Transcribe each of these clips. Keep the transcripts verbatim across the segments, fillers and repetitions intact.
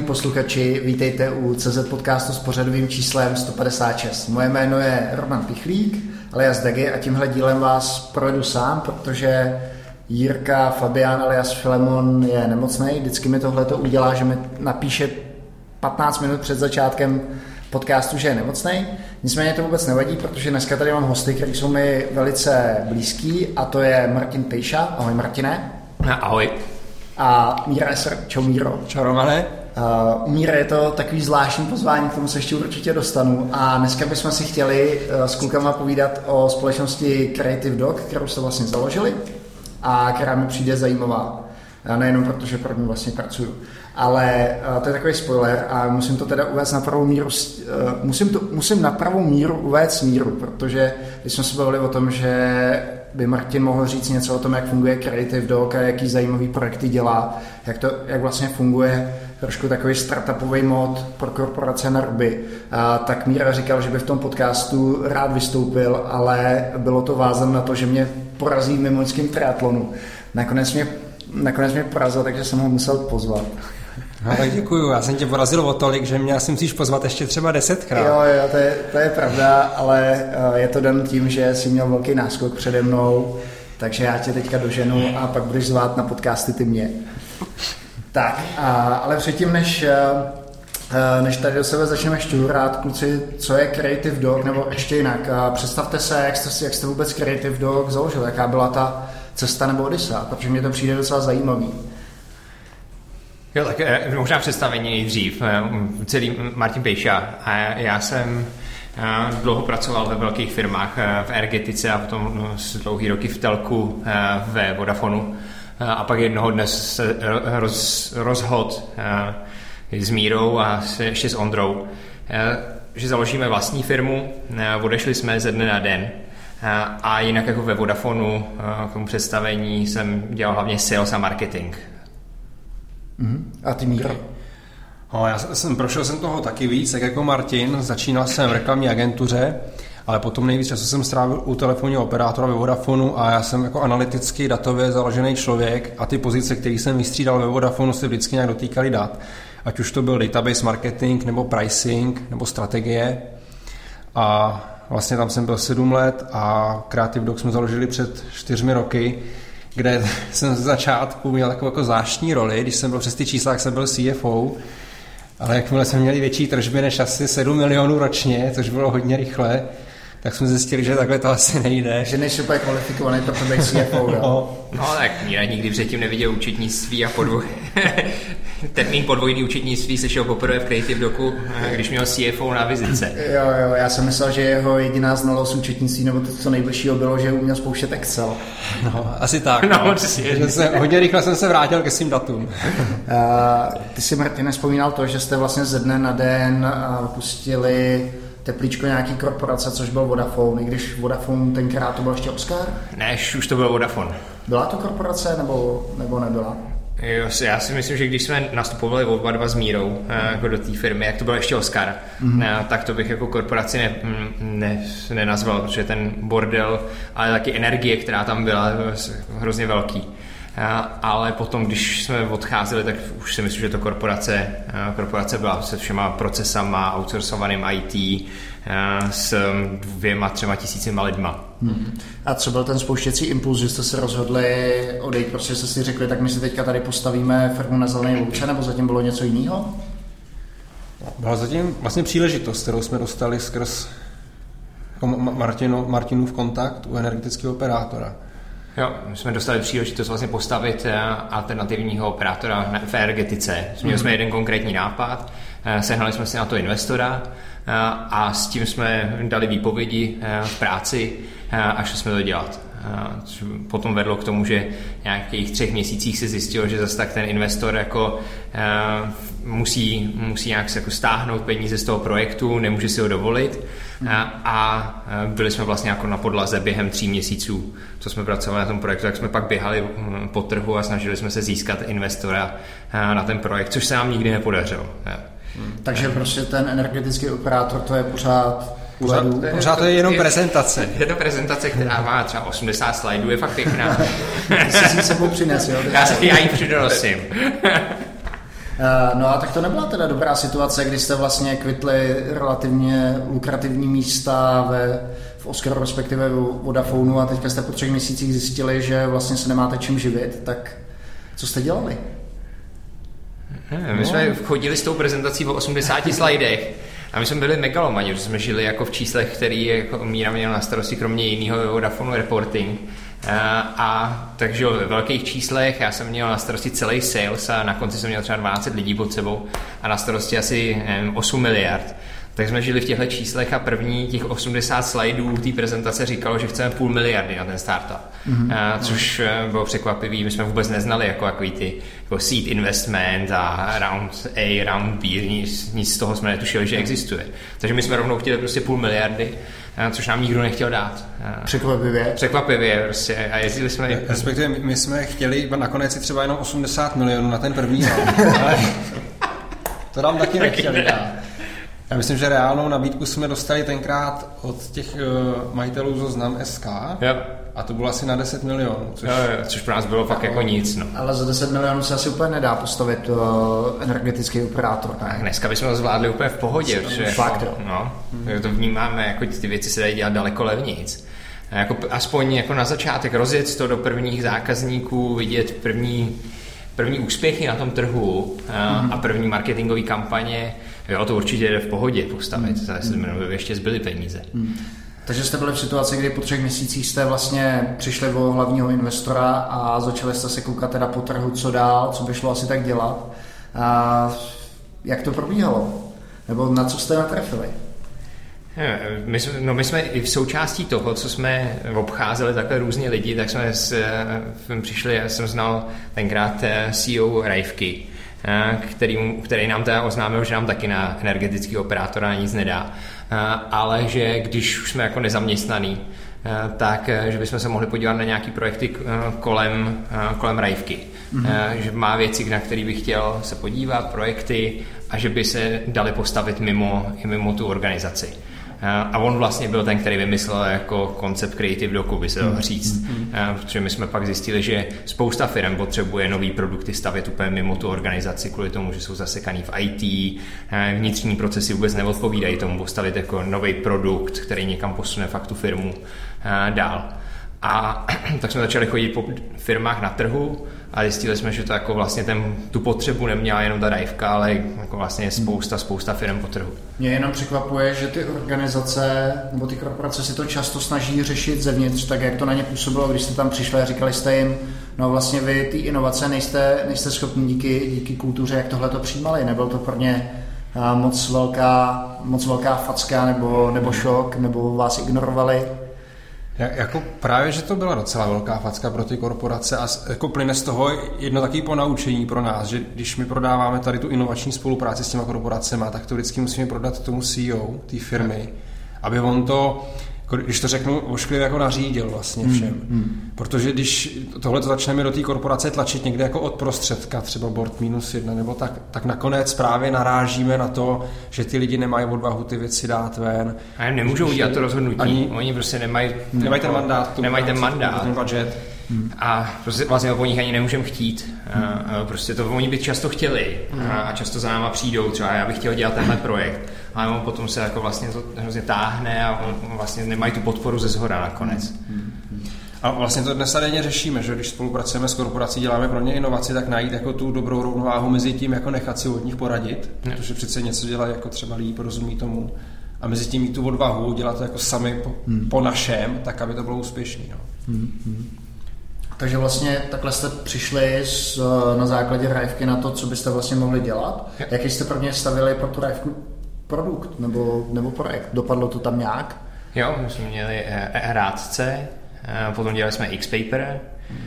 posluchači, vítejte u C Z podcastu s pořadovým číslem sto padesát šest. Moje jméno je Roman Pichlík, alias Dagi, a tímhle dílem vás projedu sám, protože Jirka Fabián alias Filemon je nemocnej. Vždycky mi tohleto udělá, že mi napíše patnáct minut před začátkem podcastu, že je nemocnej. Nicméně to vůbec nevadí, protože dneska tady mám hosty, kteří jsou mi velice blízký, a to je Martin Pejša. Ahoj Martine. Ahoj. A Míra Esser. Čau Míro. Čau Romane. Uh, u Míry je to takový zvláštní pozvání, k tomu se ještě určitě dostanu. A dneska bychom si chtěli uh, s klukama povídat o společnosti Creative Dog, kterou jste vlastně založili a která mi přijde zajímavá. Uh, nejenom proto, že pro ní vlastně pracuju. Ale uh, to je takový spoiler a musím to teda uvést na pravou míru, uh, musím, to, musím na pravou míru uvést míru, protože když jsme se bavili o tom, že by Martin mohl říct něco o tom, jak funguje Creative Dog a jaký zajímavý projekty dělá, jak, to, jak vlastně funguje trošku takový startupový mod pro korporace na ruby. A tak Míra říkal, že by v tom podcastu rád vystoupil, ale bylo to vázané na to, že mě porazí v mimoňském triatlonu. Nakonec mě, nakonec mě porazil, takže jsem ho musel pozvat. No, tak děkuju, já jsem tě porazil o tolik, že mě asi musíš pozvat ještě třeba desetkrát. Jo, jo, to je, to je pravda, ale je to dan tím, že jsi měl velký náskok přede mnou, takže já tě teďka doženu a pak budeš zvát na podcasty ty mě. Tak, a, ale předtím, než, než tady do sebe začneme šťůrat, kluci, co je Creative Dog, nebo ještě jinak, představte se, jak jste, jak jste vůbec Creative Dog založil, jaká byla ta cesta nebo odysa, protože mě to přijde docela zajímavý. Jo, tak možná představení nejdřív. Celý Martin Pejša a já jsem dlouho pracoval ve velkých firmách v energetice a potom dlouhý roky v telku ve Vodafonu. A pak jednoho dne se roz, rozhod s Mírou a ještě s Ondrou, že založíme vlastní firmu. Odešli jsme ze dne na den. A jinak jako ve Vodafonu k tomu představení jsem dělal hlavně sales a marketing. A ty Míro? No, já jsem prošel jsem toho taky víc, tak jako Martin. Začínal jsem v reklamní agentuře, ale potom nejvíc času jsem strávil u telefonního operátora ve Vodafonu a já jsem jako analyticky datově založený člověk a ty pozice, které jsem vystřídal ve Vodafonu, se vždycky nějak dotýkaly dat. Ať už to byl database marketing, nebo pricing, nebo strategie. A vlastně tam jsem byl sedm let a Creative Dog jsme založili před čtyřmi roky, kde jsem z začátku měl takovou jako zvláštní roli. Když jsem byl přes ty čísla, tak jsem byl C F O, ale jakmile jsme měli větší tržby než asi sedm milionů ročně, což bylo hodně rychle, tak jsme zjistili, že takhle to asi nejde. Že nejsi úplně kvalifikovaný pro to být C F O, no. No tak Míra nikdy předtím neviděl účetnictví a podvoj... termín podvojný účetnictví slyšel poprvé v Creative Dogu, když měl C F O na vizice. Jo, jo, já jsem myslel, že jeho jediná znalost účetnictví, nebo to, co nejbližšího bylo, že uměl spouštět Excel. No, asi tak. No, no. Že jsem, hodně rychle jsem se vrátil ke svým datům. Uh, ty si, Martin, vzpomínal to, že jste vlastně ze dne na den uh, pustili teplíčko nějaký korporace, což byl Vodafone, i když Vodafone tenkrát to byl ještě Oscar? Ne, už to byl Vodafone. Byla to korporace, nebo, nebo nebyla? Jo, já si myslím, že když jsme nastupovali oba dva s Mírou jako do té firmy, jak to byl ještě Oscar, mm-hmm. tak to bych jako korporaci ne, ne, nenazval, protože ten bordel, ale taky energie, která tam byla, hrozně velký. Ale potom, když jsme odcházeli, tak už si myslím, že to korporace, korporace byla se všema procesama, outsourcovaným I T, s dvěma, třema tisícima lidma. Hmm. A co byl ten spouštěcí impuls, že jste se rozhodli odejít, prostě jste si řekli, tak my si teďka tady postavíme firmu na zelené louče, nebo zatím bylo něco jiného? Byla zatím vlastně příležitost, kterou jsme dostali skrz Martinu, Martinův kontakt u energetického operátora. Jo, my jsme dostali příležitost vlastně postavit alternativního operátora v energetice. Měli jsme jeden konkrétní nápad, sehnali jsme si na to investora a s tím jsme dali výpovědi v práci a šli jsme to dělat. Potom vedlo k tomu, že v nějakých třech měsících se zjistilo, že zase tak ten investor jako musí, musí nějak se jako stáhnout peníze z toho projektu, nemůže si ho dovolit a byli jsme vlastně jako na podlaze během tří měsíců, co jsme pracovali na tom projektu, tak jsme pak běhali po trhu a snažili jsme se získat investora na ten projekt, což se nám nikdy nepodařilo. Takže prostě ten energetický operátor, to je pořád Pořád, pořád to je jenom prezentace. Je to prezentace, která má třeba osmdesát slajdů, je fakt pěkná. Ty jsi si sebou přines, jo? Já, se, já ji přidonosím. No a tak to nebyla teda dobrá situace, kdy jste vlastně kvitli relativně lukrativní místa ve, v Oscaru, respektive v Vodafonu a teďka jste po třech měsících zjistili, že vlastně se nemáte čím živit, tak co jste dělali? Ne, my no. jsme chodili s tou prezentací o osmdesáti slajdech a my jsme byli megalomani, že jsme žili jako v číslech, který jako Míra měl na starosti kromě jiného Vodafonu reporting. A, a takže ve velkých číslech já jsem měl na starosti celý sales a na konci jsem měl třeba dvanáct lidí pod sebou a na starosti asi nevím, osm miliard. Tak jsme žili v těchto číslech a první těch osmdesát slajdů té prezentace říkalo, že chceme půl miliardy na ten startup. Mm-hmm. A, což bylo překvapivý, my jsme vůbec neznali jako takový ty jako seed investment a round A, round B, nic, nic z toho jsme netušili, že existuje. Takže my jsme rovnou chtěli prostě půl miliardy, což nám nikdo nechtěl dát. Překvapivě? Překvapivě prostě a jezdili jsme... Respektive my jsme chtěli nakonec si třeba jenom osmdesát milionů na ten první rok, ale to nám taky nechtěli dát. Já myslím, že reálnou nabídku jsme dostali tenkrát od těch uh, majitelů Zoznam tečka es ká yep. a to bylo asi na deset milionů. Což, jo, jo, což pro nás bylo fakt jako nic. No. Ale za deset milionů se asi úplně nedá postavit uh, energetický operátor. Ne? Dneska bychom to zvládli úplně v pohodě. Protože fakt, jako, no, hmm. to vnímáme, jako ty věci se dají dělat daleko levnějc. Jako, aspoň jako na začátek rozjet to do prvních zákazníků, vidět první, první úspěchy na tom trhu a, hmm. a první marketingové kampaně. Jo, to určitě jde v pohodě postavit, hmm. jestli by ještě zbyly peníze. Hmm. Takže jste byli v situaci, kdy po třech měsících jste vlastně přišli o hlavního investora a začali jste se koukat teda po trhu, co dál, co by šlo asi tak dělat. A jak to probíhalo? Nebo na co jste natrefili? My jsme, no my jsme i v součástí toho, co jsme obcházeli takhle různě lidi, tak jsme s, přišli, já jsem znal tenkrát C E O Rajvky, Který, který nám teda oznámil, že nám taky na energetický operátora nic nedá, ale že když už jsme jako nezaměstnaný, tak že bychom se mohli podívat na nějaký projekty kolem, kolem Rajvky. Mm-hmm. Že má věci, na které bych chtěl se podívat, projekty a že by se dali postavit mimo, i mimo tu organizaci. A on vlastně byl ten, který vymyslel jako koncept Creative Docu, by se dalo říct. Mm-hmm. Protože my jsme pak zjistili, že spousta firm potřebuje nový produkty stavět úplně mimo tu organizaci kvůli tomu, že jsou zasekaný v í té, vnitřní procesy vůbec neodpovídají tomu postavit jako nový produkt, který někam posune fakt tu firmu dál. A tak jsme začali chodit po firmách na trhu a zjistili jsme, že to jako vlastně ten, tu potřebu neměla jenom ta Rajvka, ale jako vlastně spousta, spousta firm po trhu. Mě jenom překvapuje, že ty organizace nebo ty korporace si to často snaží řešit zevnitř, tak jak to na ně působilo, když jste tam přišli a říkali jste jim, no vlastně vy ty inovace nejste, nejste schopni díky, díky kultuře, jak tohle to přijímali, nebyl to pro ně moc velká, moc velká facka nebo, nebo šok, nebo vás ignorovali? Jako právě, že to byla docela velká facka pro ty korporace a jako plyne z toho jedno takové ponaučení pro nás, že když my prodáváme tady tu inovační spolupráci s těma korporacemi, tak to vždycky musíme prodat tomu C E O té firmy, aby on to, když to řeknu, ošklivě jako nařídil vlastně všem. Hmm, hmm. Protože když tohle začneme do té korporace tlačit někde jako od prostředka, třeba board minus jedna nebo tak, tak nakonec právě narážíme na to, že ty lidi nemají odvahu ty věci dát ven. A nemůžou udělat to rozhodnutí. Ani, Oni prostě nemají, nemají ten mandát. Nemají ten mandát. Ten budget. Hmm. A prostě vlastně po nich ani nemůžeme chtít. Hmm. Prostě to oni by často chtěli hmm. a často za náma přijdou, třeba já bych chtěl dělat tenhle projekt, ale on potom se jako vlastně to hrozně táhne a on vlastně nemají tu podporu ze zhora nakonec. Hmm. A vlastně to dnes denně řešíme, že když spolupracujeme s korporací, děláme pro ně inovaci, tak najít jako tu dobrou rovnováhu mezi tím, jako nechat si od nich poradit, hmm. protože přece něco dělají jako třeba líp, rozumí tomu, a mezi tím mít tu odvahu, dělat to jako sami po, hmm. po našem, tak aby to bylo úspěšný. No. Hmm. Takže vlastně takhle jste přišli z, na základě Rajvky na to, co byste vlastně mohli dělat. Jaký jste prvně stavili pro tu Rajvku produkt nebo, nebo projekt? Dopadlo to tam nějak? Jo, my jsme měli rádce, potom dělali jsme X-Paper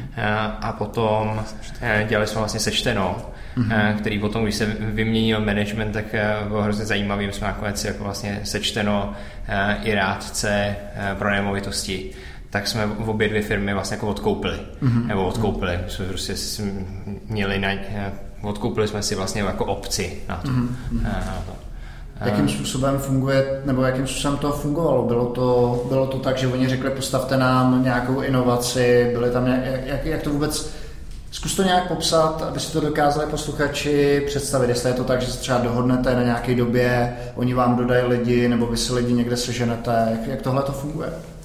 a potom dělali jsme vlastně sečteno, mm-hmm. který potom, když se vyměnil management, tak bylo hrozně zajímavý. My jsme nakonec jako vlastně sečteno i rádce pro nemovitosti, tak jsme v obě dvě firmy vlastně jako odkoupili. Mm-hmm. Nebo odkoupili. My jsme prostě měli na, odkoupili jsme si vlastně jako opci na to. Mm-hmm. Na to. Jakým způsobem funguje, nebo jakým způsobem to fungovalo? Bylo to, bylo to tak, že oni řekli, postavte nám nějakou inovaci, byly tam, jak, jak to vůbec Zkus to nějak popsat, aby si to dokázali posluchači představit, jestli je to tak, že se třeba dohodnete na nějaké době, oni vám dodají lidi, nebo vy si lidi někde seženete, jak, jak tohle to funguje?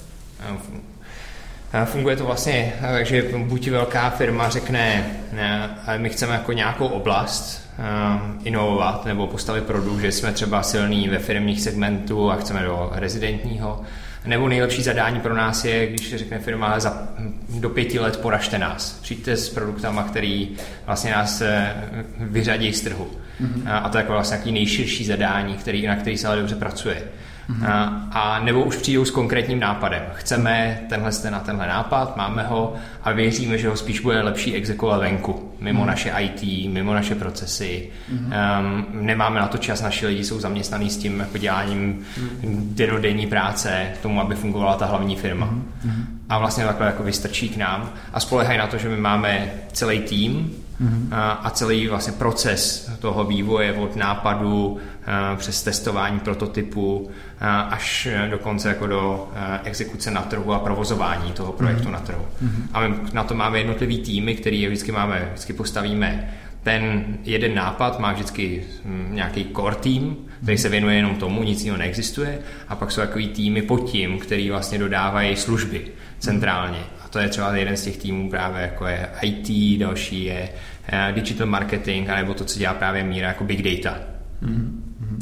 Funguje to vlastně tak, že buď velká firma řekne, ne, my chceme jako nějakou oblast inovovat nebo postavit produkt, že jsme třeba silní ve firmních segmentu a chceme do rezidentního. Nebo nejlepší zadání pro nás je, když řekne firma, za, do pěti let poražte nás. Přijďte s produktama, který vlastně nás vyřadí z trhu. Mm-hmm. A to je jako vlastně nějaký nejširší zadání, který, na který se ale dobře pracuje. Mm-hmm. A, a nebo už přijdou s konkrétním nápadem. Chceme tenhle na tenhle nápad, máme ho a věříme, že ho spíš bude lepší exekuovat venku, mimo mm-hmm. naše í té, mimo naše procesy. Mm-hmm. Um, nemáme na to čas, naši lidi jsou zaměstnaní s tím jako děláním mm-hmm. denodenní práce k tomu, aby fungovala ta hlavní firma. Mm-hmm. A vlastně takhle jako vystrčí k nám a spolehají na to, že my máme celý tým mm-hmm. a, a celý vlastně proces toho vývoje od nápadu a, přes testování prototypu a, až dokonce jako do a, exekuce na trhu a provozování toho projektu mm-hmm. na trhu. Mm-hmm. A my na to máme jednotlivý týmy, který vždycky máme, vždycky postavíme. Ten jeden nápad má vždycky nějaký core tým, který se věnuje jenom tomu, nic jiného neexistuje, a pak jsou takový týmy pod tím, který vlastně dodávají služby centrálně. A to je třeba jeden z těch týmů právě jako je í té, další je digital marketing, anebo to, co dělá právě Míra, jako big data. Mm-hmm.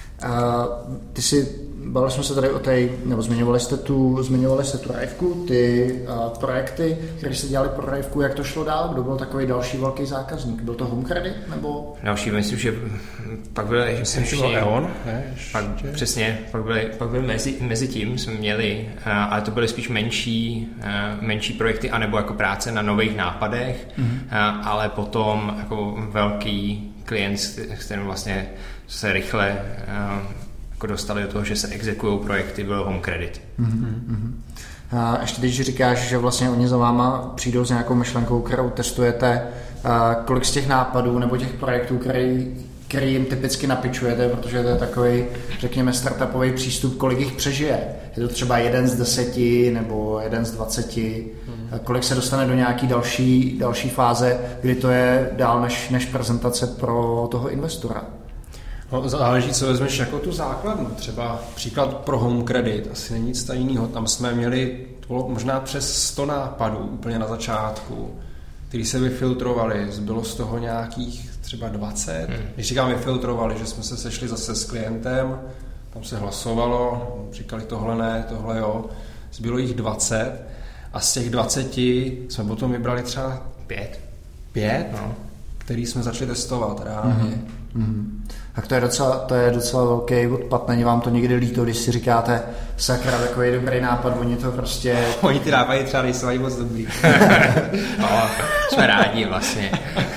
A ty si bavili jsme se tady o té, nebo zmiňovali jste tu, zmiňovali jste tu Rajvku, ty uh, projekty, které se dělali pro Rajvku, jak to šlo dál? Kdo byl takový další velký zákazník? Byl to HomeCredit, nebo? Další, myslím, že pak byl, myslím, že byl E O N, ne? Pak, přesně, pak byly, pak byly mezi, mezi tím jsme měli, uh, ale to byly spíš menší, uh, menší projekty, anebo jako práce na nových nápadech, mm-hmm. uh, ale potom jako velký klient, s kterým vlastně se rychle uh, jako dostali do toho, že se exekují projekty, byl HomeCredit. Mm-hmm. A ještě když říkáš, že vlastně oni za váma přijdou s nějakou myšlenkou, kterou testujete, kolik z těch nápadů nebo těch projektů, který, který jim typicky napičujete, protože to je takový, řekněme, startupový přístup, kolik jich přežije? Je to třeba jeden z deseti nebo jeden z dvaceti? Mm. Kolik se dostane do nějaký další, další fáze, kdy to je dál než, než prezentace pro toho investora? No, záleží, co vezmeš jako tu základnu. Třeba příklad pro HomeCredit, asi není nic tajného. Tam jsme měli možná přes sto nápadů úplně na začátku, který se vyfiltrovali. Zbylo z toho nějakých třeba dvacet. Hmm. Když říkám vyfiltrovali, že jsme se sešli zase s klientem, tam se hlasovalo, říkali tohle ne, tohle jo. Zbylo jich dvacet a z těch dvaceti jsme potom vybrali třeba pět. Pět? No. Který jsme začali testovat reálně. Mm-hmm. Mm-hmm. Tak to je docela, to je docela velký odpad. Není vám to někdy líto, když si říkáte, sakra, takový dobrý nápad, oni to prostě... Oni ty nápady třeba nejsou ani moc dobrý. No, jsme rádi vlastně.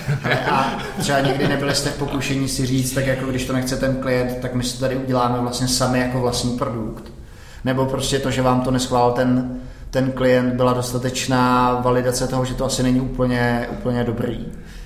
A třeba někdy nebyli jste v pokušení si říct, tak jako když to nechce ten klient, tak my si to tady uděláme vlastně sami jako vlastní produkt. Nebo prostě to, že vám to neschválil ten, ten klient, byla dostatečná validace toho, že to asi není úplně, úplně dobrý.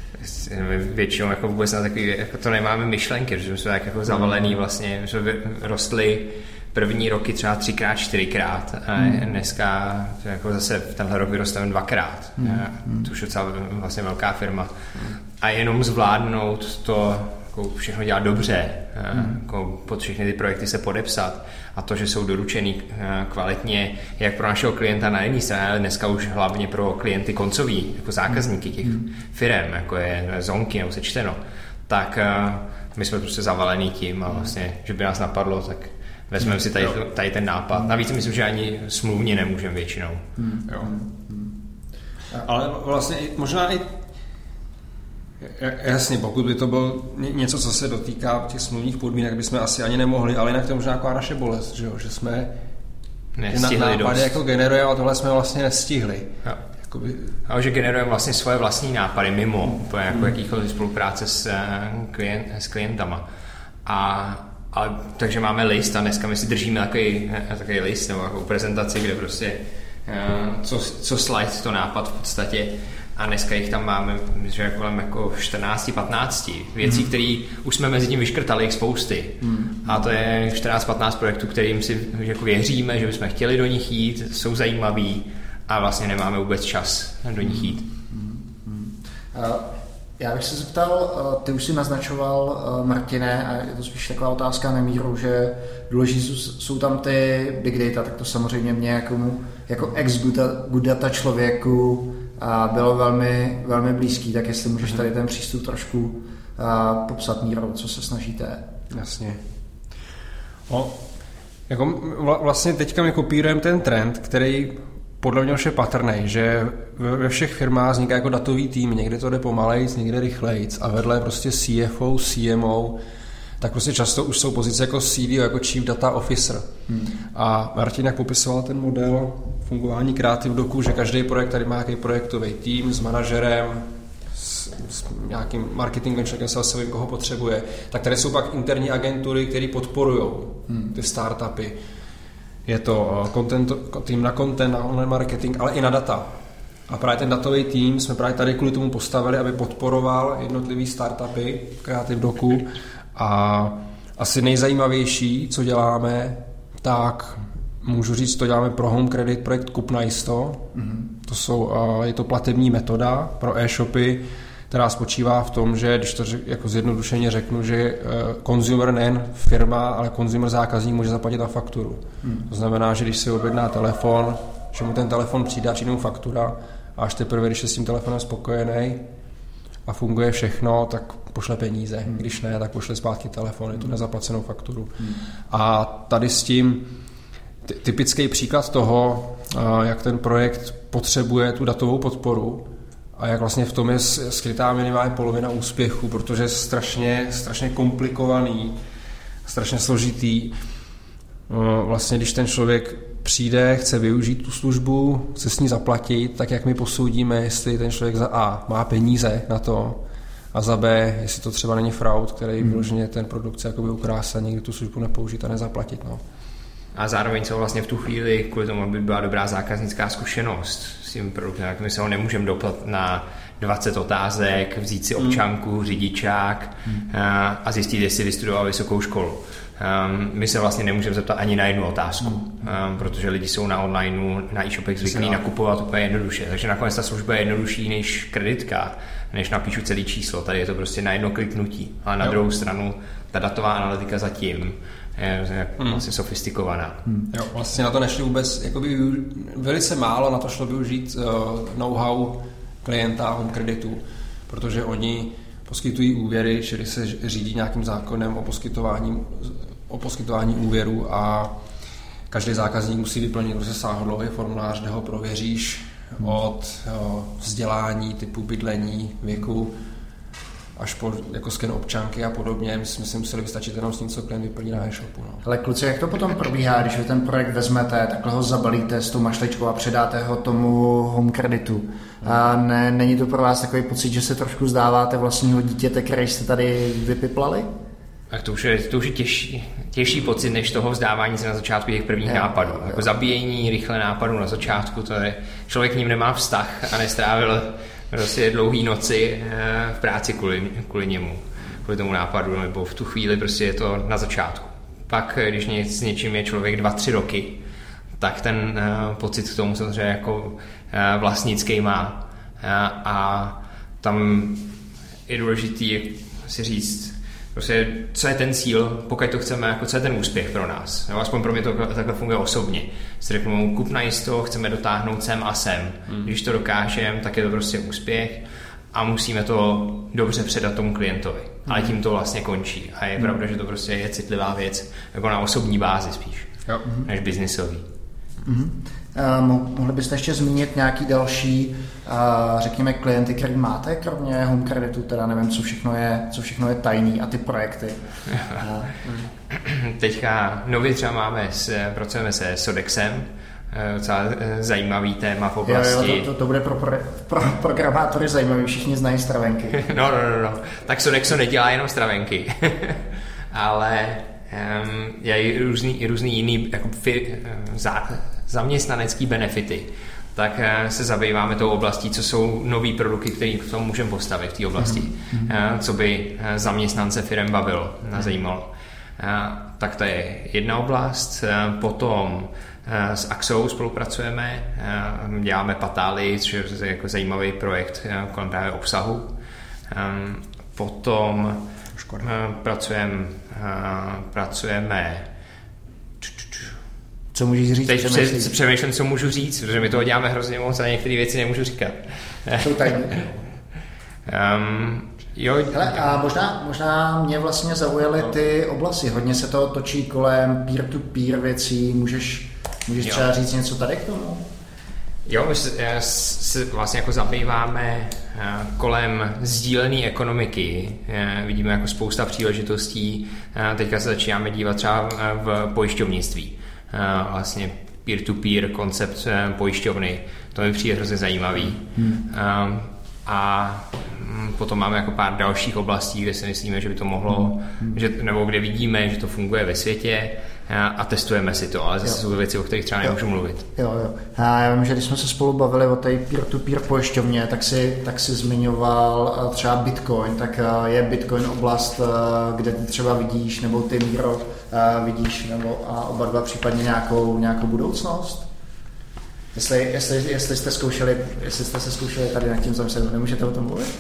Většinou jako vůbec na takový, jako to nemáme myšlenky, že jsme tak jako zavalený vlastně, že jsme rostli první roky třeba třikrát, čtyřikrát a dneska jako zase v tenhle rok vyrosteme dvakrát, mm. což je docela vlastně velká firma. A jenom zvládnout to jako všechno dělat dobře, mm. jako pod všechny ty projekty se podepsat a to, že jsou doručený kvalitně jak pro našeho klienta na jedné straně, ale dneska už hlavně pro klienty koncový, jako zákazníky těch mm. firem, jako je Zonky nebo Sečteno, tak my jsme prostě zavalený tím a vlastně, že by nás napadlo, tak vezmeme si tady, tady ten nápad. Navíc myslím, že ani smluvně nemůžeme většinou. Hmm. Jo. Ale vlastně možná i jasně, pokud by to bylo něco, co se dotýká těch smluvních podmínek, bychom asi ani nemohli, ale jinak to je možná taková naše bolest, že, jo? Že jsme nestihli nápady jako generujeme a tohle jsme vlastně nestihli. Jo. Jakoby... A že generujeme vlastně svoje vlastní nápady mimo úplně jako hmm. jakýchkoliv spolupráce s, klient, s klientama. A A, takže máme list a dneska my si držíme takový, takový list nebo takovou prezentaci, kde prostě co, co slide to nápad v podstatě a dneska jich tam máme že kolem jako čtrnáct patnáct věcí, mm. které už jsme mezi tím vyškrtali jich spousty mm. a to je čtrnáct patnáct projektů, kterým si jako věříme, že bychom chtěli do nich jít, jsou zajímaví a vlastně nemáme vůbec čas do nich jít. Mm. Mm. Já bych se zeptal, ty už si naznačoval, Martine, a je to spíš taková otázka na míru, že důležitý jsou tam ty big data, tak to samozřejmě mě jako, jako ex-good data člověku bylo velmi, velmi blízký, tak jestli můžeš tady ten přístup trošku popsat mírou, co se snažíte. Jasně. O, jako vlastně teďka my kopírujeme ten trend, který podle mě už je patrný, že ve všech firmách vzniká jako datový tým, někde to jde pomalejc, někde rychlejc a vedle prostě C F O, C M O, tak prostě často už jsou pozice jako C D O, jako Chief Data Officer. Hmm. A Martin jak popisoval ten model fungování Creative Docu, že každý projekt tady má nějaký projektový tým s manažerem, s, s nějakým marketingem, člověkem salesovým, koho potřebuje, tak tady jsou pak interní agentury, které podporují hmm. ty startupy. Je to content, tým na content, na online marketing, ale i na data. A právě ten datový tým jsme právě tady kvůli tomu postavili, aby podporoval jednotlivý startupy v Creative Docu. A asi nejzajímavější, co děláme, tak můžu říct, to děláme pro Home Credit projekt Kup najisto. Mm-hmm. To jsou, je to platební metoda pro e-shopy, která spočívá v tom, že když to řek, jako zjednodušeně řeknu, že consumer nejen firma, ale consumer zákazník může zaplatit na fakturu. Hmm. To znamená, že když si objedná telefon, že mu ten telefon přijde a přijde mu faktura a až teprve, když je s tím telefonem spokojený a funguje všechno, tak pošle peníze. Hmm. Když ne, tak pošle zpátky telefon, je tu nezaplacenou fakturu. Hmm. A tady s tím typický příklad toho, jak ten projekt potřebuje tu datovou podporu, a jak vlastně v tom je skrytá minimálně polovina úspěchu, protože je strašně, strašně komplikovaný, strašně složitý. Vlastně když ten člověk přijde, chce využít tu službu, chce s ní zaplatit, tak jak my posoudíme, jestli ten člověk za A má peníze na to a za B, jestli to třeba není fraud, který hmm. vyloženě ten produkt chce jakoby ukrást a nikdy tu službu nepoužít a nezaplatit. No. A zároveň co vlastně v tu chvíli, kvůli tomu, aby byla dobrá zákaznická zkušenost s tím produktem, tak my se ho nemůžeme doplat na dvacet otázek, vzít si občanku, řidičák a zjistit, jestli vystudoval vysokou školu. My se vlastně nemůžeme zeptat ani na jednu otázku, protože lidi jsou na onlineu, na e-shopech zvyklí nakupovat úplně jednoduše. Takže nakonec ta služba je jednodušší než kreditka, než napíšu celé číslo. Tady je to prostě na jedno kliknutí. Ale na jo. druhou stranu ta datová analytika zatím je hmm. vlastně sofistikovaná. Hmm. Jo, vlastně na to nešli vůbec, jakoby velice málo na to šlo využít uh, know-how klienta Home Creditu, protože oni poskytují úvěry, čili se řídí nějakým zákonem o poskytování, o poskytování úvěru a každý zákazník musí vyplnit prostě sáhodlouhý formulář, kde ho prověříš hmm. od jo, vzdělání, typu bydlení, věku, až po jako sken občanky a podobně. My jsme si museli vystačit jenom s tím, co klient vyplní na e-shopu. No. Ale kluci, jak to potom probíhá, když vy ten projekt vezmete, takhle ho zabalíte s tou mašličkou a předáte ho tomu Home Creditu? A ne, není to pro vás takový pocit, že se trošku vzdáváte vlastního dítěte, který jste tady vypiplali? Tak to už je, to už je těžší, těžší pocit, než toho vzdávání se na začátku těch prvních je, nápadů. Jo. Jako zabíjení rychle nápadů na začátku, to je, člověk k ním nemá vztah a nestrávil prostě dlouhý noci v práci kvůli, kvůli němu, kvůli tomu nápadu, nebo v tu chvíli prostě je to na začátku. Pak, když s něčím je člověk dva, tři roky, tak ten uh, pocit k tomu samozřejmě jako uh, vlastnický má. Uh, a tam je důležitý si říct, prostě, co je ten cíl, pokud to chceme, jako co je ten úspěch pro nás. Jo, aspoň pro mě to takhle funguje osobně. Si řeknu, kup najisto, chceme dotáhnout sem a sem. Hmm. Když to dokážeme, tak je to prostě úspěch a musíme to dobře předat tomu klientovi. Hmm. Ale tím to vlastně končí. A je hmm. pravda, že to prostě je citlivá věc, jako na osobní bázi spíš, jo. než biznisový. Hmm. Uh, mohli byste ještě zmínit nějaký další, uh, řekněme, klienty, který máte, kromě Home Creditu, teda nevím, co všechno je, co všechno je tajný a ty projekty. uh. Teďka nově třeba máme, s, pracujeme se Sodexem, docela zajímavý téma v oblasti. Jo, jo, to, to, to bude pro, pro, pro programátory zajímavý, všichni znají stravenky. no, no, no, no, tak Sodexo nedělá jenom stravenky, ale um, je různý, různý jiný jako fir, zá, zaměstnanecký benefity, tak se zabýváme tou oblastí, co jsou nový produkty, které v tom můžeme postavit v té oblasti, mm-hmm. co by zaměstnance firem bavilo, zajímalo. Tak to je jedna oblast. Potom S Axou spolupracujeme, děláme Patály, což je jako zajímavý projekt kolem právě obsahu. Potom pracujeme, pracujeme Co můžeš říct? Teď přemýšlím, co můžu říct, protože my toho děláme hrozně moc a některé věci nemůžu říkat. Jsou tajné. um, jo. Hele, a možná, možná mě vlastně zaujaly ty oblasti. Hodně se to točí kolem peer-to-peer věcí. Můžeš, můžeš třeba říct něco tady k tomu? Jo, my se, se vlastně jako zabýváme kolem sdílené ekonomiky. Vidíme jako spousta příležitostí. Teďka se začínáme dívat třeba v pojišťovnictví. Vlastně peer-to-peer koncept pojišťovny. To mi přijde hrozně zajímavý. Hmm. A potom máme jako pár dalších oblastí, kde si myslíme, že by to mohlo, hmm. že, nebo kde vidíme, že to funguje ve světě a testujeme si to, ale zase jsou to věci, o kterých třeba nemůžu mluvit. Jo, jo. A já vím, že když jsme se spolu bavili o té peer-to-peer pojišťovně, tak si, tak si zmiňoval třeba Bitcoin, tak je Bitcoin oblast, kde ty třeba vidíš, nebo ty, Míro, vidíš, nebo a oba dva případně nějakou, nějakou budoucnost? Jestli, jestli, jestli, jste zkoušeli, jestli jste se zkoušeli tady nad tím zamyslet, nemůžete o tom mluvit?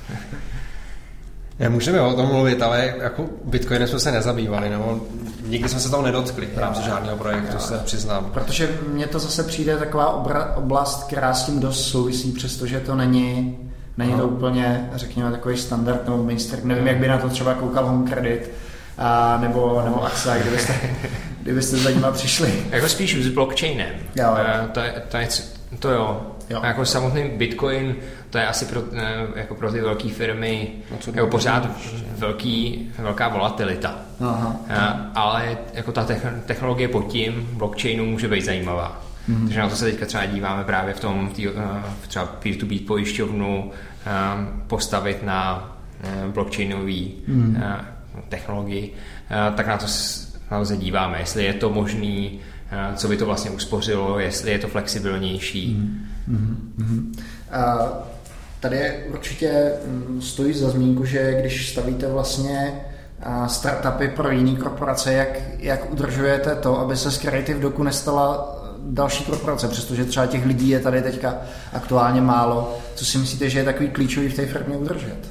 Ne, můžeme o tom mluvit, ale jako Bitcoinem jsme se nezabývali, nebo nikdy jsme se toho nedotkli v rámci žádného projektu, se přiznám. Protože mně to zase přijde taková obra, oblast, která s tím dost souvisí, přestože to není, není to úplně, řekněme, takový standard nebo mainstream. Nevím, jak by na to třeba koukal Home Credit, a nebo, nebo A X A, kdybyste, kdybyste za nima přišli. Jako spíš s blockchainem. Jo, jo. To, je, to, je, to jo. jo. A jako samotný Bitcoin, to je asi pro, jako pro ty velké firmy no, jako pořád velký, velká volatilita. Aha. A, ale jako ta technologie pod tím blockchainu může být zajímavá. Mm-hmm. Takže na to se teďka třeba díváme právě v tom tý, třeba peer-to-peer pojišťovnu postavit na blockchainový mm-hmm. technologii, tak na to, na to se díváme, jestli je to možný, co by to vlastně uspořilo, jestli je to flexibilnější. Mm, mm, mm. A tady určitě stojí za zmínku, že když stavíte vlastně startupy pro jiné korporace, jak, jak udržujete to, aby se z Creative Docu nestala další korporace, přestože třeba těch lidí je tady teďka aktuálně málo. Co si myslíte, že je takový klíčový v té firmě udržet?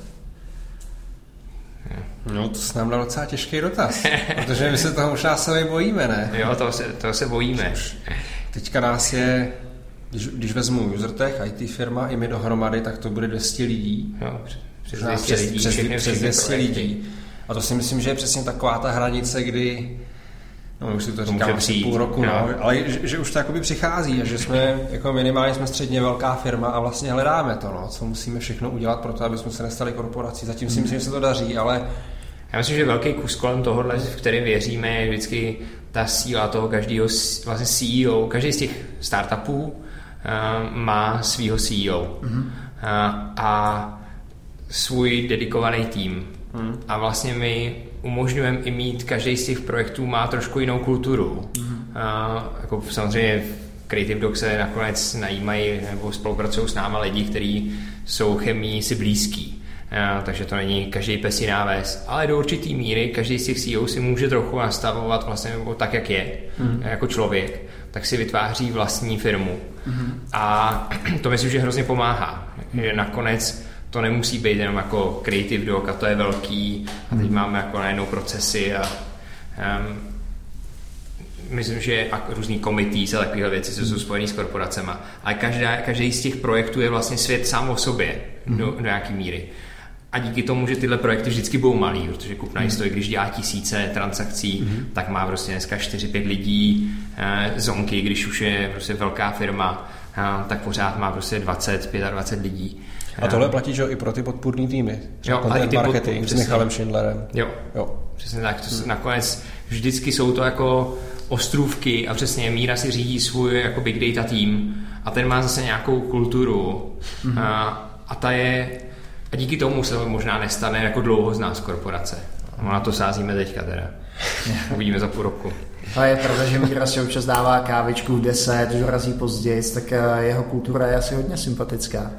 No, to se nám dal docela těžký dotaz, protože my se toho možná sami bojíme, ne? Jo, toho se, toho se bojíme. Teďka nás je, když, když vezmu UserTech, í té firma, i my dohromady, tak to bude dvě stě lidí. Jo, přes dvě stě lidí. Přes, přes dvě stě lidí. A to si myslím, že je přesně taková ta hranice, kdy, no už si to říkám asi půl roku, no, ale že, že už to jakoby přichází a že jsme, jako minimálně jsme středně velká firma a vlastně hledáme to, no, co musíme všechno udělat pro to, aby jsme se nestali korporací. Zatím si myslím, že se to daří, ale já myslím, že velký kus kolem tohohle, v kterém věříme, je vždycky ta síla toho každého vlastně C E O. Každý z těch startupů uh, má svýho C E O mm-hmm. uh, a svůj dedikovaný tým. Mm. A vlastně my umožňujeme i mít, každý z těch projektů má trošku jinou kulturu. Mm. Uh, jako samozřejmě v Creative Doc se nakonec najímají nebo spolupracují s náma lidi, kteří jsou chemii si blízký. Uh, takže to není každý pes jiná ves, ale do určitý míry každý z těch C E O si může trochu nastavovat vlastně tak, jak je, mm. jako člověk, tak si vytváří vlastní firmu. Mm. A to myslím, že hrozně pomáhá. Že nakonec to nemusí být jenom jako Creative Doc a to je velký a teď mm. máme jako najednou procesy a um, myslím, že různý committees a takové věci, co jsou spojený s korporacema. Ale každá, každý z těch projektů je vlastně svět sám o sobě mm. do, do nějaký míry. A díky tomu, že tyhle projekty vždycky budou malý, protože kupna mm. stojí, když dělá tisíce transakcí, mm. tak má prostě dneska čtyři pět lidí, eh, zonky, když už je prostě velká firma, eh, tak pořád má prostě dvacet dvacet pět lidí. A tohle platí, že i pro ty podpůrný týmy. Jo, ale i ty marketing podpůr, s Michalem Schindlerem. Jo, jo. Přesně tak. To hmm. Nakonec vždycky jsou to jako ostrůvky a přesně Míra si řídí svůj jako big data tým a ten má zase nějakou kulturu hmm. a, a ta je a díky tomu se možná nestane jako dlouho z nás korporace. A na to sázíme teďka teda. Uvidíme za půl roku. Ale je pravda, že Míra si občas dává kávičku v deset, že dorazí později, tak jeho kultura je asi hodně sympatická.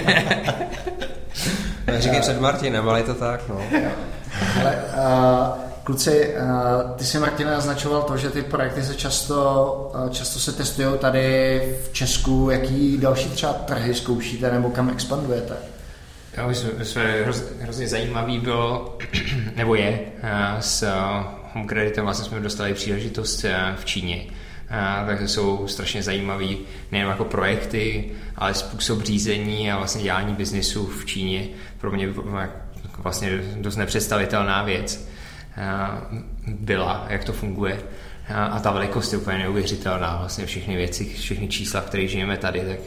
Říkej před Martinem, ale je to tak, no. Ale uh, Kluci, ty si, Martine, naznačoval to, že ty projekty se často, často se testují tady v Česku. Jaký další třeba trhy zkoušíte nebo kam expandujete? Jo, my jsme, my jsme hroz, hrozně zajímavý bylo, nebo je, s Home Creditem vlastně jsme dostali příležitost v Číně. Takže jsou strašně zajímavý nejen jako projekty, ale způsob řízení a vlastně dělání biznisu v Číně. Pro mě vlastně dost nepředstavitelná věc byla, jak to funguje. A ta velikost je úplně neuvěřitelná. Vlastně všechny věci, všechny čísla, v kterých žijeme tady, tak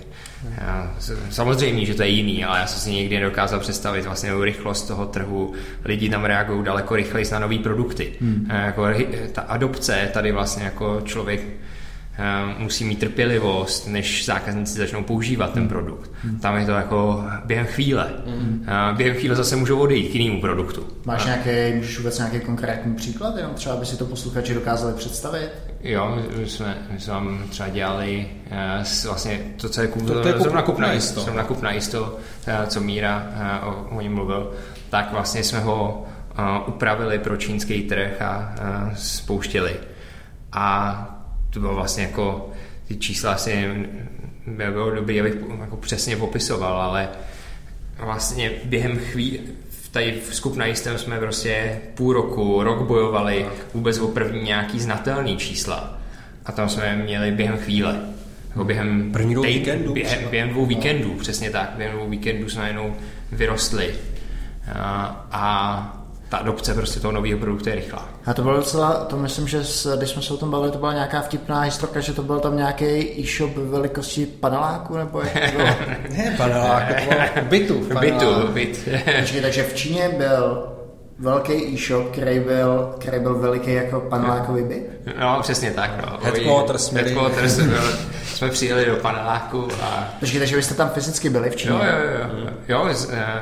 samozřejmě, že to je jiný, ale já jsem si nikdy nedokázal představit vlastně rychlost toho trhu. Lidi tam reagují daleko rychleji na nové produkty. Hmm. Jako ta adopce tady vlastně jako člověk musí mít trpělivost, než zákazníci začnou používat ten produkt. Hmm. Tam je to jako během chvíle. Hmm. Během chvíle zase můžou odejít k jinému produktu. Máš nějaký, můžeš vůbec nějaký konkrétní příklad, jenom třeba by si to posluchači dokázali představit? Jo, my jsme, my jsme vám třeba dělali uh, vlastně to, co je kup, to, to je zrovna kup na jisto, zrovna kup na jisto, uh, co Míra uh, o, o něm mluvil, tak vlastně jsme ho uh, upravili pro čínský trh a uh, spouštěli. A to bylo vlastně jako, ty čísla asi bylo dobrý, abych jako přesně popisoval, ale vlastně během chvíli, tady v Skup na jistém jsme prostě půl roku, rok bojovali vůbec o první nějaký znatelný čísla. A tam jsme měli během chvíle. Jako během první dvou víkendů. Během, během dvou víkendů, přesně tak. Během dvou víkendů jsme jenom vyrostli. A, a ta adopce prostě toho nového produktu je rychlá. A to bylo docela, to myslím, že s, když jsme se o tom bavili, to byla nějaká vtipná historka, že to byl tam nějaký e-shop velikosti paneláku, nebo jak to bylo? Ne, paneláku, to bylo bytu. Bytu, byt. Takže, takže v Číně byl velký e-shop, který byl, který byl veliký jako panelákový byt? No, přesně tak. No. Headquarters. Headquarters jsme přijeli do paneláku a... Takže, takže vy jste tam fyzicky byli v Číně? Jo, jo, jo. jo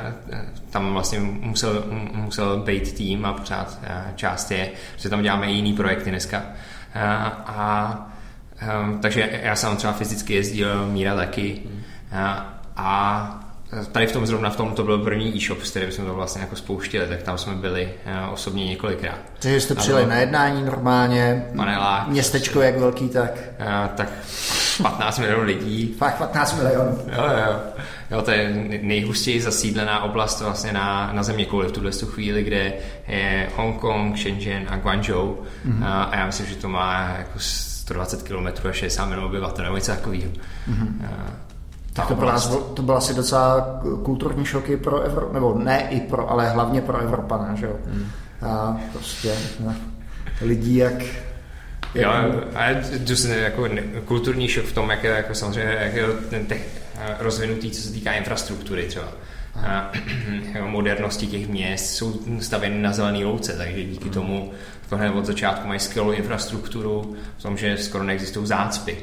tam vlastně musel, musel být tým a pořád část je, že tam děláme jiný projekty dneska. A, a takže já jsem třeba fyzicky jezdil, Míra taky. A, a tady v tom zrovna v tom to byl první e-shop, s kterým jsme to vlastně jako spouštili, tak tam jsme byli uh, osobně několikrát. Takže jste přijeli na jednání normálně, panelák, městečko jak velký, tak? Uh, tak patnáct milionů lidí. Fakt patnáct milionů. Jo, jo. Jo, to je nejhustěji zasídlená oblast vlastně na, na zeměkouli v tuhle chvíli, kde je Hongkong, Shenzhen a Guangzhou. Mm-hmm. Uh, a já myslím, že to má jako sto dvacet kilometrů a šedesát milionů obyvatel, nebo něco takového. Mm-hmm. Uh, Tak to, byla, to byl asi docela kulturní šoky pro Evropu, nebo ne i pro, ale hlavně pro Evropana, že jo. Hmm. A prostě ne, lidí jak... Jo, ale jako kulturní šok v tom, jak je jako samozřejmě jak je ten tech, rozvinutý, co se týká infrastruktury třeba. A, modernosti těch měst jsou stavěny na zelený louce, takže díky hmm. tomu hned od začátku mají skvělou infrastrukturu v tom, že skoro neexistují zácpy.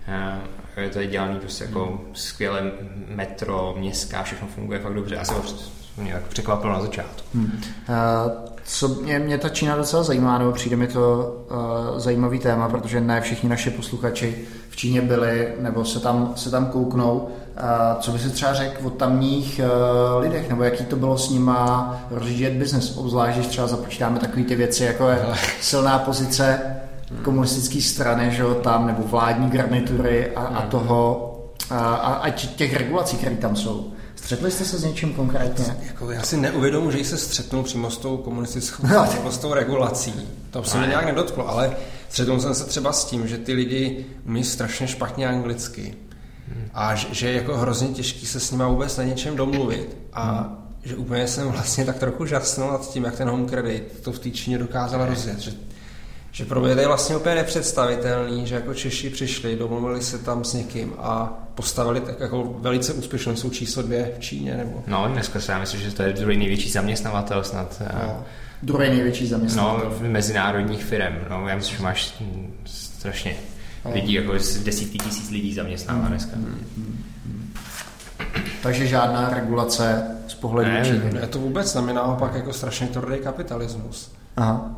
Je to dělaný prostě jako skvělé metro, městská, všechno funguje fakt dobře. Já se mě tak překvapilo na začátku. Hmm. Uh, co mě, mě ta Čína docela zajímá, nebo přijde mi to uh, zajímavý téma, protože ne všichni naši posluchači v Číně byli, nebo se tam, se tam kouknou. Uh, co by si třeba řekl o tamních uh, lidech, nebo jaký to bylo s nima rozjíždět biznes, obzvlášť, když třeba započítáme takové ty věci, jako je silná pozice komunistické strany, že jo, tam, nebo vládní garnitury a, a toho, a, a těch regulací, které tam jsou. Střetli jste se s něčím konkrétně? Jako já si neuvědomuji, že se střetnou přímo s tou komunistickou, no. s tou regulací. To se mi nějak nedotklo, ale střetnul jsem se třeba s tím, že ty lidi umí strašně špatně anglicky a že, že je jako hrozně těžký se s nima vůbec na něčem domluvit a hmm. že úplně jsem vlastně tak trochu žasnul nad tím, jak ten Home Credit to v té Číně dokázal rozjet, že Že pro mě to je vlastně úplně nepředstavitelný, že jako Češi přišli, domluvili se tam s někým a postavili tak jako velice úspěšnou, jsou číslo dvě v Číně, nebo? No, dneska se já myslím, že to je druhý největší zaměstnavatel snad. No, druhý největší zaměstnavatel. No, v mezinárodních firm. No, já myslím, že máš strašně no. lidí, jako desítky tisíc lidí zaměstnává hmm. dneska. Hmm. Hmm. Takže žádná regulace z pohledu ne, Číny. Ne, to vůbec na mě naopak jako strašně tvrdý kapitalismus. Aha.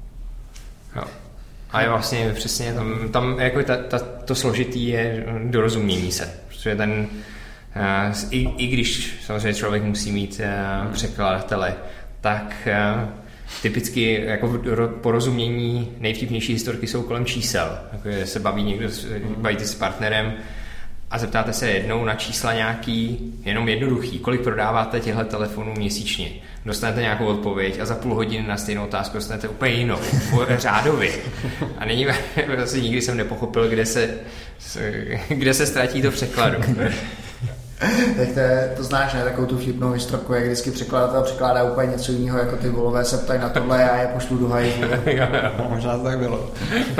Jo. A je vlastně přesně tam, tam jako ta, ta, to složitý je dorozumění se, protože ten uh, i, i když samozřejmě člověk musí mít uh, překladatele, tak uh, typicky jako porozumění nejvtipnější historky jsou kolem čísel. Jako se baví někdo, bavíte s partnerem a zeptáte se jednou na čísla nějaký, jenom jednoduchý, kolik prodáváte těchto telefonů měsíčně. Dostanete nějakou odpověď a za půl hodiny na stejnou otázku dostanete úplně jinou, řádově. A není, vlastně nikdy jsem nepochopil, kde se, kde se ztratí to překladu. Tak to, je, to znáš, ne? Takovou tu vtipnou historku, jak vždycky překladatel překládá úplně něco jiného, jako ty volové se ptají na tohle, já je pošlu do hajzlu. Možná to tak bylo.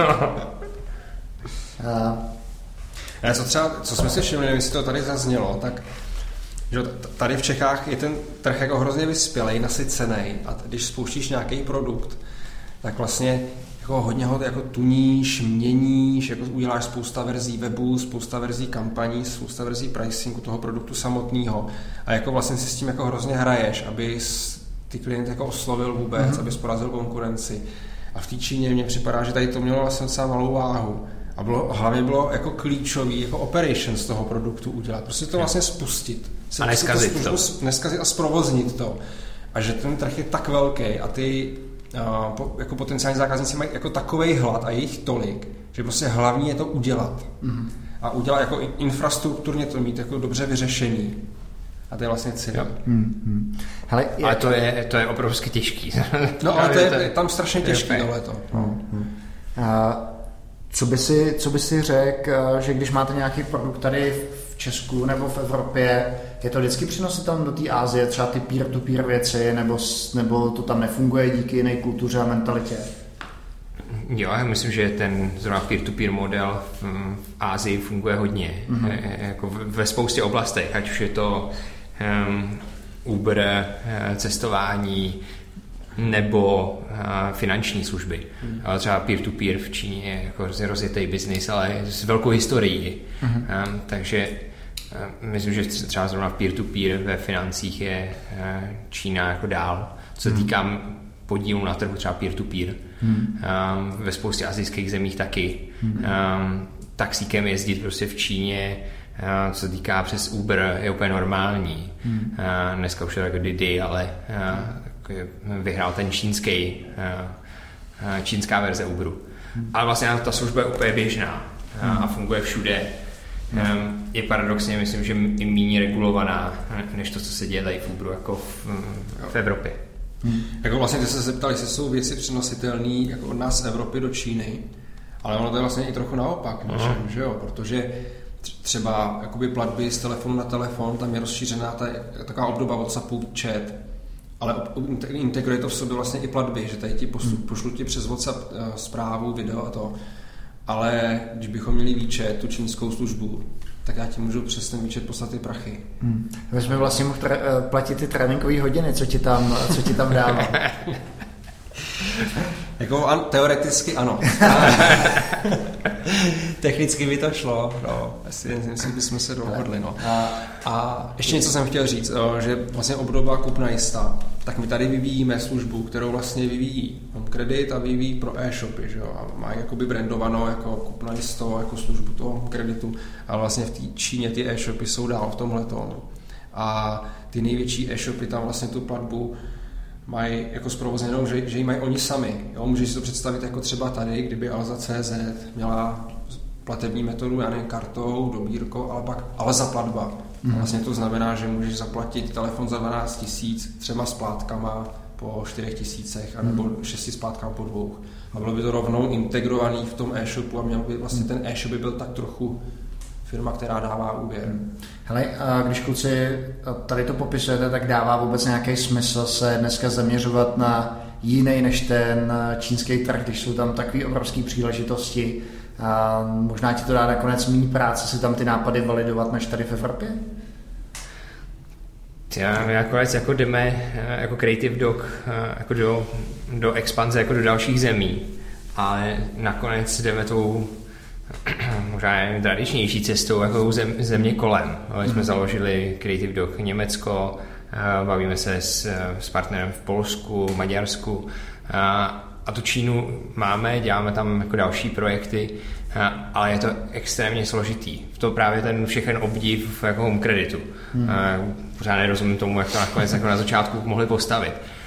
A... Já co třeba, co jsme si všimli, nevím, jestli to tady zaznělo, tak že tady v Čechách je ten trh jako hrozně vyspělej, nasycenej a když spouštíš nějaký produkt, tak vlastně jako hodně ho jako tuníš, měníš, jako uděláš spousta verzí webu, spousta verzí kampaní, spousta verzí pricingu toho produktu samotného a jako vlastně si s tím jako hrozně hraješ, aby ty klient jako oslovil vůbec, mm-hmm. aby porazil konkurenci. A v té Číně mně připadá, že tady to mělo vlastně docela malou váhu. A bylo, hlavně bylo jako klíčový, jako operation z toho produktu udělat. Prostě to vlastně spustit. A neskazit to. Neskazit a zprovoznit to. A že ten trh je tak velký a ty uh, po, jako potenciální zákazníci mají jako takovej hlad a jejich tolik, že prostě hlavní je to udělat. Mm-hmm. A udělat jako infrastrukturně to mít jako dobře vyřešený. A to je vlastně cíl. Mm-hmm. Hele, jak... Ale to je, to je obrovsky těžký. No ale to je, to je tam strašně těžký tohleto. Mm-hmm. Uh, Co by si, co by si řekl, že když máte nějaký produkt tady v Česku nebo v Evropě, je to vždycky přinosit tam do té Asie, třeba ty peer-to-peer věci, nebo, nebo to tam nefunguje díky jiné kultuře a mentalitě? Jo, já myslím, že ten zrovna peer-to-peer model v, v Asii funguje hodně. Mm-hmm. E, jako ve spoustě oblastech, ať už je to um, Uber, cestování, nebo uh, finanční služby. Mm. Ale třeba peer-to-peer v Číně je jako rozjetý biznis, ale s velkou historií. Mm. Um, takže uh, myslím, že třeba zrovna peer-to-peer ve financích je uh, Čína jako dál. Co se mm. týká podílu na trhu třeba peer-to-peer. Mm. Um, ve spoustě asijských zemích taky. Mm. Um, taxíkem jezdit prostě v Číně, uh, co se týká přes Uber, je úplně normální. Mm. Uh, dneska už je jako Didi, ale uh, vyhrál ten čínský, čínská verze Uberu. Ale vlastně ta služba je úplně běžná a funguje všude. Je paradoxně, myslím, že i méně regulovaná, než to, co se děje tady v Uberu, jako v, v Evropě. Hmm. Jako vlastně, ty se zeptali, jestli jsou věci přenositelné jako od nás z Evropy do Číny, ale ono to je vlastně i trochu naopak, uh-huh. že jo, protože třeba jakoby platby z telefonu na telefon, tam je rozšířená ta, taková obdoba WhatsAppu chat, ale integruje to v sobě vlastně i platby, že tady ti pošlu, pošlu ti přes WhatsApp zprávu, video a to. Ale když bychom měli výčet, tu čínskou službu, tak já ti můžu přes ten výčet poslat ty prachy. Hmm. Takže jsme vlastně mohli tra- platit ty tréninkové hodiny, co ti tam, co ti tam dává. Jako an, teoreticky ano. Technicky by to šlo, no. Asi, myslím, bychom se dohodli, no. A, a ještě něco jsem chtěl říct, že vlastně obdoba kupna jistá, tak my tady vyvíjíme službu, kterou vlastně vyvíjí HomeCredit a vyvíjí pro e-shopy, že jo, a má jakoby brandovanou jako kupna jisto, jako službu toho HomeCreditu, ale vlastně v té Číně ty e-shopy jsou dál v tomhletom. A ty největší e-shopy tam vlastně tu platbu mají jako zprovozněnou, že, že ji mají oni sami. Jo? Můžeš si to představit jako třeba tady, kdyby Alza tečka cé zet měla platební metodu, já nevím, kartou, dobírkou, ale pak Alza platba. Mm. A vlastně to znamená, že můžeš zaplatit telefon za dvanáct tisíc třema splátkama po čtyřech tisícech, anebo mm. šesti splátkama po dvou. A bylo by to rovnou integrovaný v tom e-shopu a měl by vlastně ten e-shop by byl tak trochu firma, která dává úvěr. Hele, když kluci tady to popisujete, tak dává vůbec nějaký smysl se dneska zaměřovat na jiný než ten čínský trh, když jsou tam takové obrovské příležitosti. A možná ti to dá nakonec méně práce si tam ty nápady validovat než tady v Evropě? Já, my nakonec jako jdeme jako Creative Dog jako do, do expanze jako do dalších zemí, ale nakonec jdeme tou možná tradičnější cestou jako zem, země kolem. My jsme založili Creative Dog Německo, bavíme se s, s partnerem v Polsku, Maďarsku a tu Čínu máme, děláme tam jako další projekty, ale je to extrémně složitý. V to právě ten všechen obdiv jako HomeCreditu. Hmm. Pořád nerozumím tomu, jak to nakonec jako na začátku mohli postavit.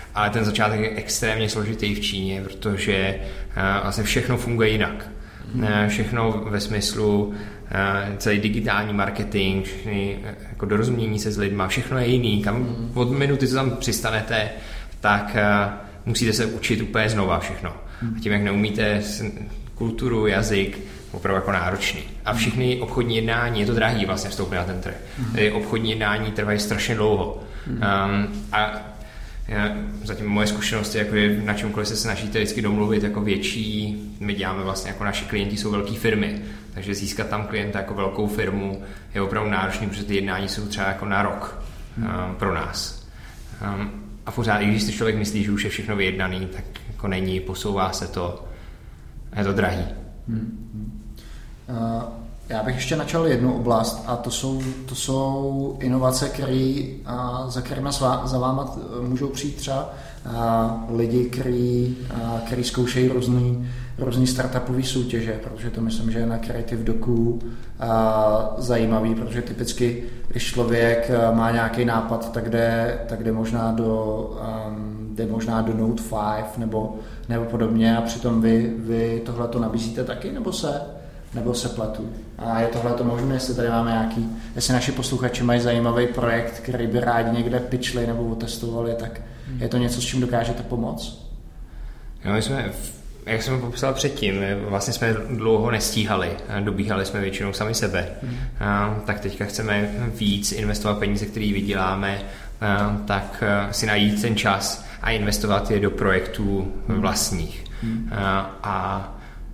ale ten začátek je extrémně složitý v Číně, protože vlastně všechno funguje jinak. Všechno ve smyslu celý digitální marketing, všechny jako dorozumění se s lidma, všechno je jiný. Kam od minuty, co tam přistanete, tak musíte se učit úplně znova všechno. A tím, jak neumíte kulturu, jazyk, opravdu jako náročný. A všechny obchodní jednání, je to drahý vlastně vstoupit na ten trh. Tedy obchodní jednání trvají strašně dlouho. Um, a já, zatím moje zkušenosti, jako je, na čemkoliv se snažíte vždycky domluvit jako větší, my děláme vlastně jako naši klienti jsou velké firmy, takže získat tam klienta jako velkou firmu je opravdu náročný, protože ty jednání jsou třeba jako na rok um, pro nás. Um, a pořád, i když si člověk myslí, že už je všechno vyjednaný, tak jako není, posouvá se to, je to drahý. Hmm. Uh, já bych ještě načal jednu oblast a to jsou, to jsou inovace, který, uh, za kterými za váma můžou přijít třeba uh, lidi, který, uh, který zkoušejí různý, různý startupové soutěže, protože to myslím, že je na Creative Docu uh, zajímavý, protože typicky, když člověk uh, má nějaký nápad, tak jde, tak jde možná do, um, jde možná do Note pět nebo, nebo podobně a přitom vy, vy tohleto nabízíte taky, nebo se nebo se pletu. A je tohle to možné, jestli tady máme nějaký, jestli naši posluchači mají zajímavý projekt, který by rádi někde pitchli nebo otestovali, tak je to něco, s čím dokážete pomoct? No, my jsme, jak jsem popsal předtím, vlastně jsme dlouho nestíhali, dobíhali jsme většinou sami sebe. Hmm. A, tak teďka chceme víc investovat peníze, které vyděláme, a, tak si najít ten čas a investovat je do projektů vlastních. Hmm. A, a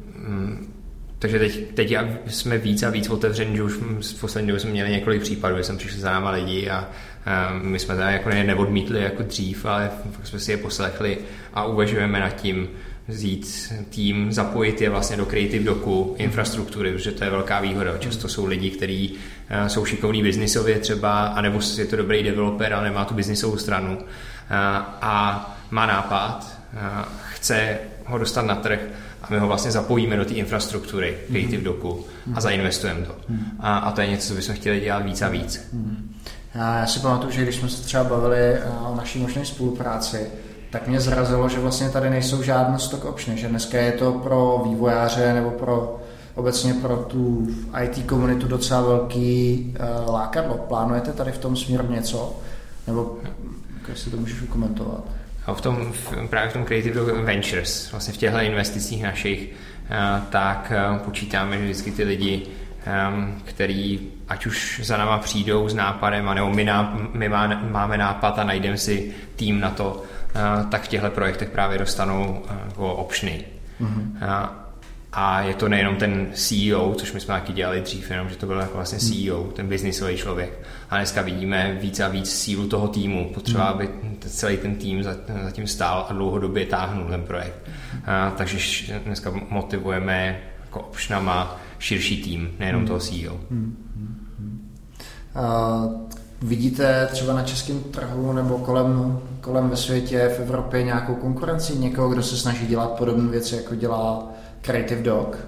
takže teď, teď jsme víc a víc otevření, že už v poslední době jsme měli několik případů, že jsem přišli za náma lidi a, a my jsme tady jako neodmítli jako dřív, ale fakt jsme si je poslechli a uvažujeme nad tím vzít tým, zapojit je vlastně do Creative Docu infrastruktury, protože to je velká výhoda. Často jsou lidi, kteří jsou šikovní biznisově třeba, anebo je to dobrý developer, ale nemá tu biznisovou stranu a, a má nápad, a chce ho dostat na trh, a my ho vlastně zapojíme do té infrastruktury Creative Docu a zainvestujeme to. A, a to je něco, co bychom chtěli dělat víc a víc. Já si pamatuju, že když jsme se třeba bavili o naší možné spolupráci, tak mě zrazilo, že vlastně tady nejsou žádné stock optiony, že dneska je to pro vývojáře nebo pro obecně pro tu í té komunitu docela velký uh, lákadlo. Plánujete tady v tom směru něco? Nebo jestli to můžeš komentovat? A v tom, v, právě v tom Creative Ventures, vlastně v těchto investicích našich, tak počítáme, že vždycky ty lidi, který ať už za náma přijdou s nápadem, nebo my, ná, my má, máme nápad a najdeme si tým na to, tak v těchto projektech právě dostanou optiony. Mm-hmm. A je to nejenom ten C E O, což my jsme taky dělali dřív, jenom že to byl jako vlastně C E O, ten biznisový člověk. A dneska vidíme víc a víc sílu toho týmu. Potřeba, aby celý ten tým zatím stál a dlouhodobě táhnul ten projekt. A, takže dneska motivujeme jako optionama širší tým, nejenom hmm. toho C E O. Hmm. Hmm. Uh, vidíte třeba na českém trhu nebo kolem, kolem ve světě, v Evropě nějakou konkurenci? Někoho, kdo se snaží dělat podobné věci, jako dělá Creative Doc?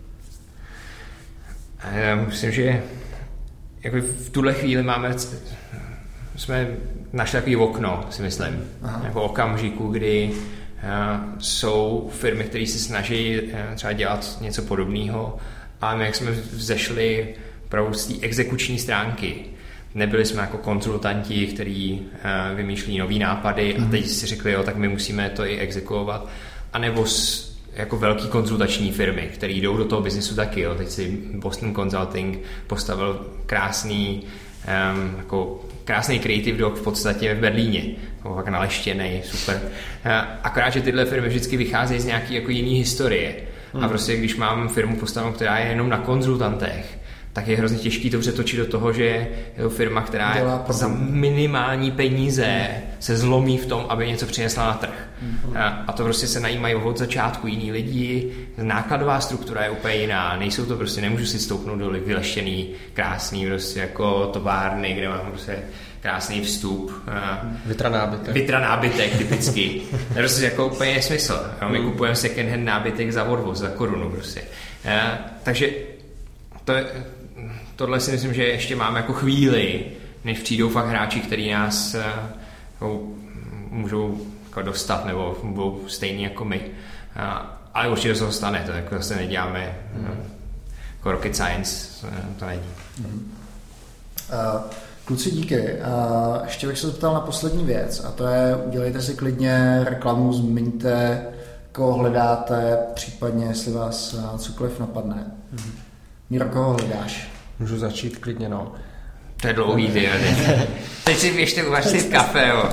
Já myslím, že jako v tuhle chvíli máme, jsme našli takový okno, si myslím, Aha. jako okamžiku, kdy uh, jsou firmy, které se snaží uh, třeba dělat něco podobného, ale my jak jsme vzešli opravdu z té exekuční stránky, nebyli jsme jako konzultanti, kteří uh, vymýšlí nový nápady mm. a teď si řekli, jo, tak my musíme to i exekuovat, anebo s, jako velký konzultační firmy, které jdou do toho biznesu taky. Jo. Teď si Boston Consulting postavil krásný, um, jako krásný Creative Doc v podstatě v Berlíně. Jako fakt naleštěnej, super. Uh, akorát, že tyhle firmy vždycky vycházejí z nějaký jako jiný historie. Hmm. A prostě když mám firmu postavenou, která je jenom na konzultantech, tak je hrozně těžký to přetočit do toho, že je to firma, která je za minimální peníze se zlomí v tom, aby něco přinesla na trh. Mm. A to prostě se najímají od začátku jiní lidi, nákladová struktura je úplně jiná, nejsou to prostě, nemůžu si stoupnout do vyleštěný, krásný prostě jako továrny, kde mám prostě krásný vstup. Vitra nábytek. Vitra nábytek typicky. To je prostě jako úplně nesmysl. My kupujeme second hand nábytek za odvoz, za korunu prostě. Takže to je, tohle si myslím, že ještě máme jako chvíli, než přijdou fakt hráči, kteří nás jako, můžou jako dostat nebo budou stejný jako my. Ale určitě se to stane, to jako zase neděláme hmm. jako rocket science, to není. Hmm. Uh, kluci, díky. Uh, ještě bych se zeptal na poslední věc, a to je, udělejte si klidně reklamu, zmiňte, koho hledáte, případně jestli vás uh, cokoliv napadne. Hmm. Míro, koho hledáš? Můžu začít klidně, no. To je dlouhý, ty, teď si běžte uvařit kafe, jo.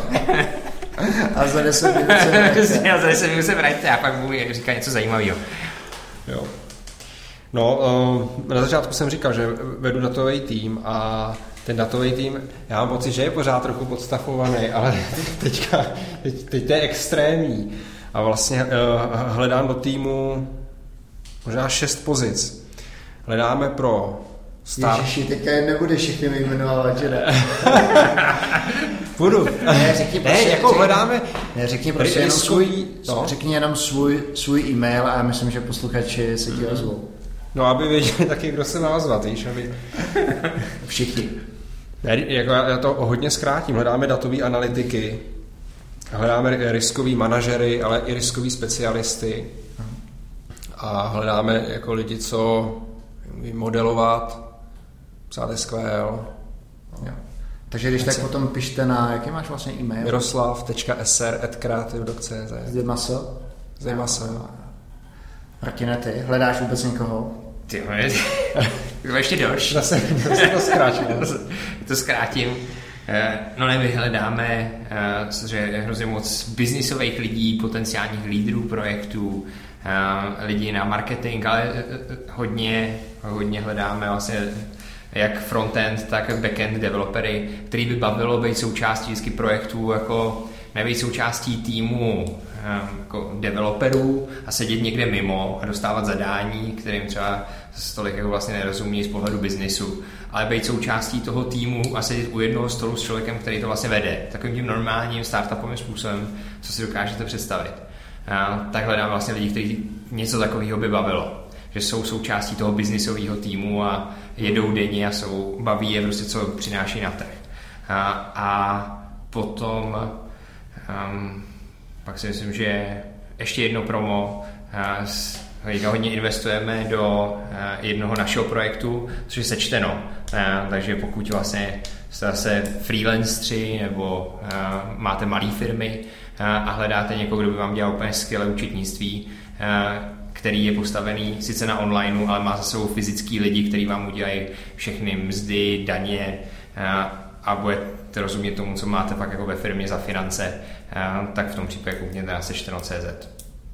A za deset minut se vraťte. A za deset minut se vraťte a pak budu říkat něco zajímavého. Jo. No, na začátku jsem říkal, že vedu datový tým a ten datový tým, já mám pocit, že je pořád trochu podstafovaný, ale teďka, teď, teď to je extrémní. A vlastně hledám do týmu možná šest pozic. Hledáme pro Start. Ježiši, teďka nebudeš všechny vyjmenovat, že ne? Budu. Ne, řekni prostě, ne, jako řekni, hledáme... Ne, řekni prostě jenom svůj, no. řekni jenom svůj, svůj e-mail a já myslím, že posluchači se ti ozvou. No, aby věděli taky, kdo se má ozvat, víš, aby... Všichni. Ne, jako já to hodně zkrátím. Hledáme datové analytiky, hledáme riskový manažery, ale i riskový specialisty. A hledáme jako lidi, co modelovat, psát S Q L. Jo. Takže když tak potom pište na, jaký máš vlastně e-mail? miroslav tečka s r at creative dot c z Zde maso? Zde maso. Martine, ty hledáš vůbec někoho? Ty moje, to ještě další. Zase to zkrátím. to zkrátím. No ne, my hledáme že je hrozně moc biznisových lidí, potenciálních lídrů projektů, lidí na marketing, ale hodně, hodně hledáme vlastně jak frontend, tak backend developery, který by bavilo být součástí vždycky projektů, jako nebýt součástí týmu jako developerů a sedět někde mimo a dostávat zadání, kterým třeba tolik jako vlastně nerozumí z pohledu biznisu, ale být součástí toho týmu a sedět u jednoho stolu s člověkem, který to vlastně vede, takovým tím normálním startupovým způsobem, co si dokážete představit. A tak hledám vlastně lidi, kteří něco takového by bavilo, že jsou součástí toho biznisového týmu a jedou denně a jsou, baví je prostě, co přináší na trh. A, a potom um, pak si myslím, že ještě jedno promo, uh, hodně investujeme do uh, jednoho našeho projektu, což je Sečteno. Uh, takže pokud vlastně jste zase freelancři nebo uh, máte malé firmy uh, a hledáte někoho, kdo by vám dělal úplně skvělé účetnictví, uh, který je postavený sice na onlineu, ale má za sebou fyzický lidi, kteří vám udělají všechny mzdy, daně uh, a budete rozumět tomu, co máte pak jako ve firmě za finance, uh, tak v tom případě koukněte na sečteno tečka cé zet.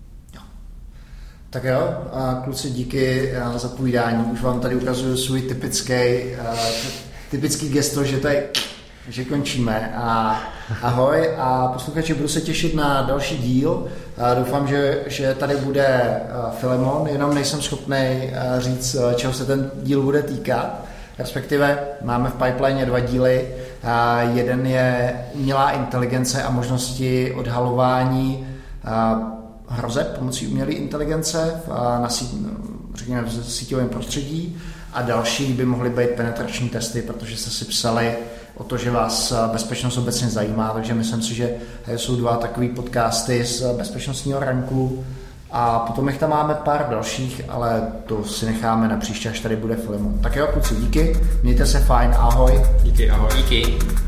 Tak jo, a kluci, díky za povídání. Už vám tady ukazuju svůj typický, typický gesto, že tady že končíme. A ahoj a posluchači, budu se těšit na další díl. A doufám, že, že tady bude Filemon, jenom nejsem schopný říct, čeho se ten díl bude týkat. Respektive máme v pipeline dva díly. A jeden je umělá inteligence a možnosti odhalování hrozeb pomocí umělé inteligence v, na sí, řekněme, v síťovém prostředí a další by mohly být penetrační testy, protože jste si psali o to, že vás bezpečnost obecně zajímá, takže myslím si, že jsou dva takové podcasty z bezpečnostního ranku a potom jich tam máme pár dalších, ale to si necháme na příště, až tady bude Filemon. Tak jo, kluci, díky, mějte se fajn, ahoj. Díky, ahoj. Díky.